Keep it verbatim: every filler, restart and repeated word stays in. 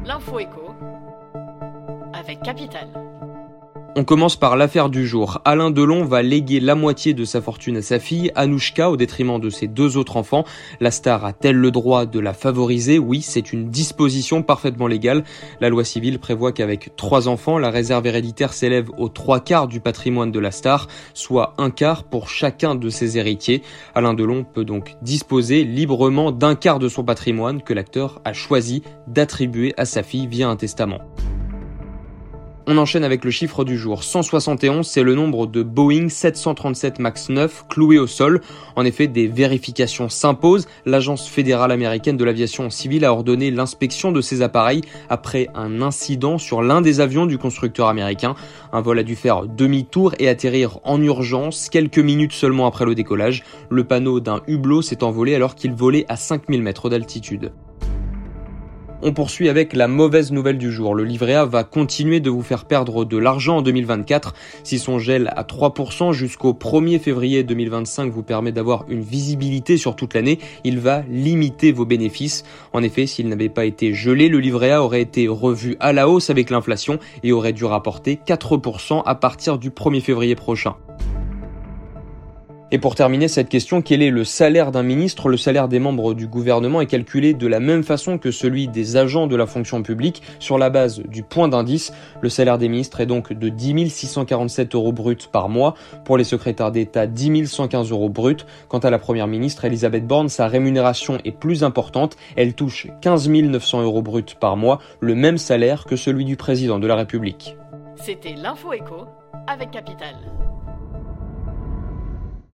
L'info écho avec Capital. On commence par l'affaire du jour. Alain Delon va léguer la moitié de sa fortune à sa fille, Anouchka, au détriment de ses deux autres enfants. La star a-t-elle le droit de la favoriser ? Oui, c'est une disposition parfaitement légale. La loi civile prévoit qu'avec trois enfants, la réserve héréditaire s'élève aux trois quarts du patrimoine de la star, soit un quart pour chacun de ses héritiers. Alain Delon peut donc disposer librement d'un quart de son patrimoine que l'acteur a choisi d'attribuer à sa fille via un testament. On enchaîne avec le chiffre du jour. cent soixante et onze, c'est le nombre de Boeing sept cent trente-sept max neuf cloués au sol. En effet, des vérifications s'imposent. L'Agence fédérale américaine de l'aviation civile a ordonné l'inspection de ces appareils après un incident sur l'un des avions du constructeur américain. Un vol a dû faire demi-tour et atterrir en urgence quelques minutes seulement après le décollage. Le panneau d'un hublot s'est envolé alors qu'il volait à cinq mille mètres d'altitude. On poursuit avec la mauvaise nouvelle du jour. Le livret A va continuer de vous faire perdre de l'argent en deux mille vingt-quatre. Si son gel à trois pour cent jusqu'au premier février deux mille vingt-cinq vous permet d'avoir une visibilité sur toute l'année, il va limiter vos bénéfices. En effet, s'il n'avait pas été gelé, le livret A aurait été revu à la hausse avec l'inflation et aurait dû rapporter quatre pour cent à partir du premier février prochain. Et pour terminer cette question, quel est le salaire d'un ministre ? Le salaire des membres du gouvernement est calculé de la même façon que celui des agents de la fonction publique sur la base du point d'indice. Le salaire des ministres est donc de dix mille six cent quarante-sept euros bruts par mois. Pour les secrétaires d'État, dix mille cent quinze euros bruts. Quant à la première ministre, Elisabeth Borne, sa rémunération est plus importante. Elle touche quinze mille neuf cents euros bruts par mois, le même salaire que celui du président de la République. C'était l'info écho avec Capital.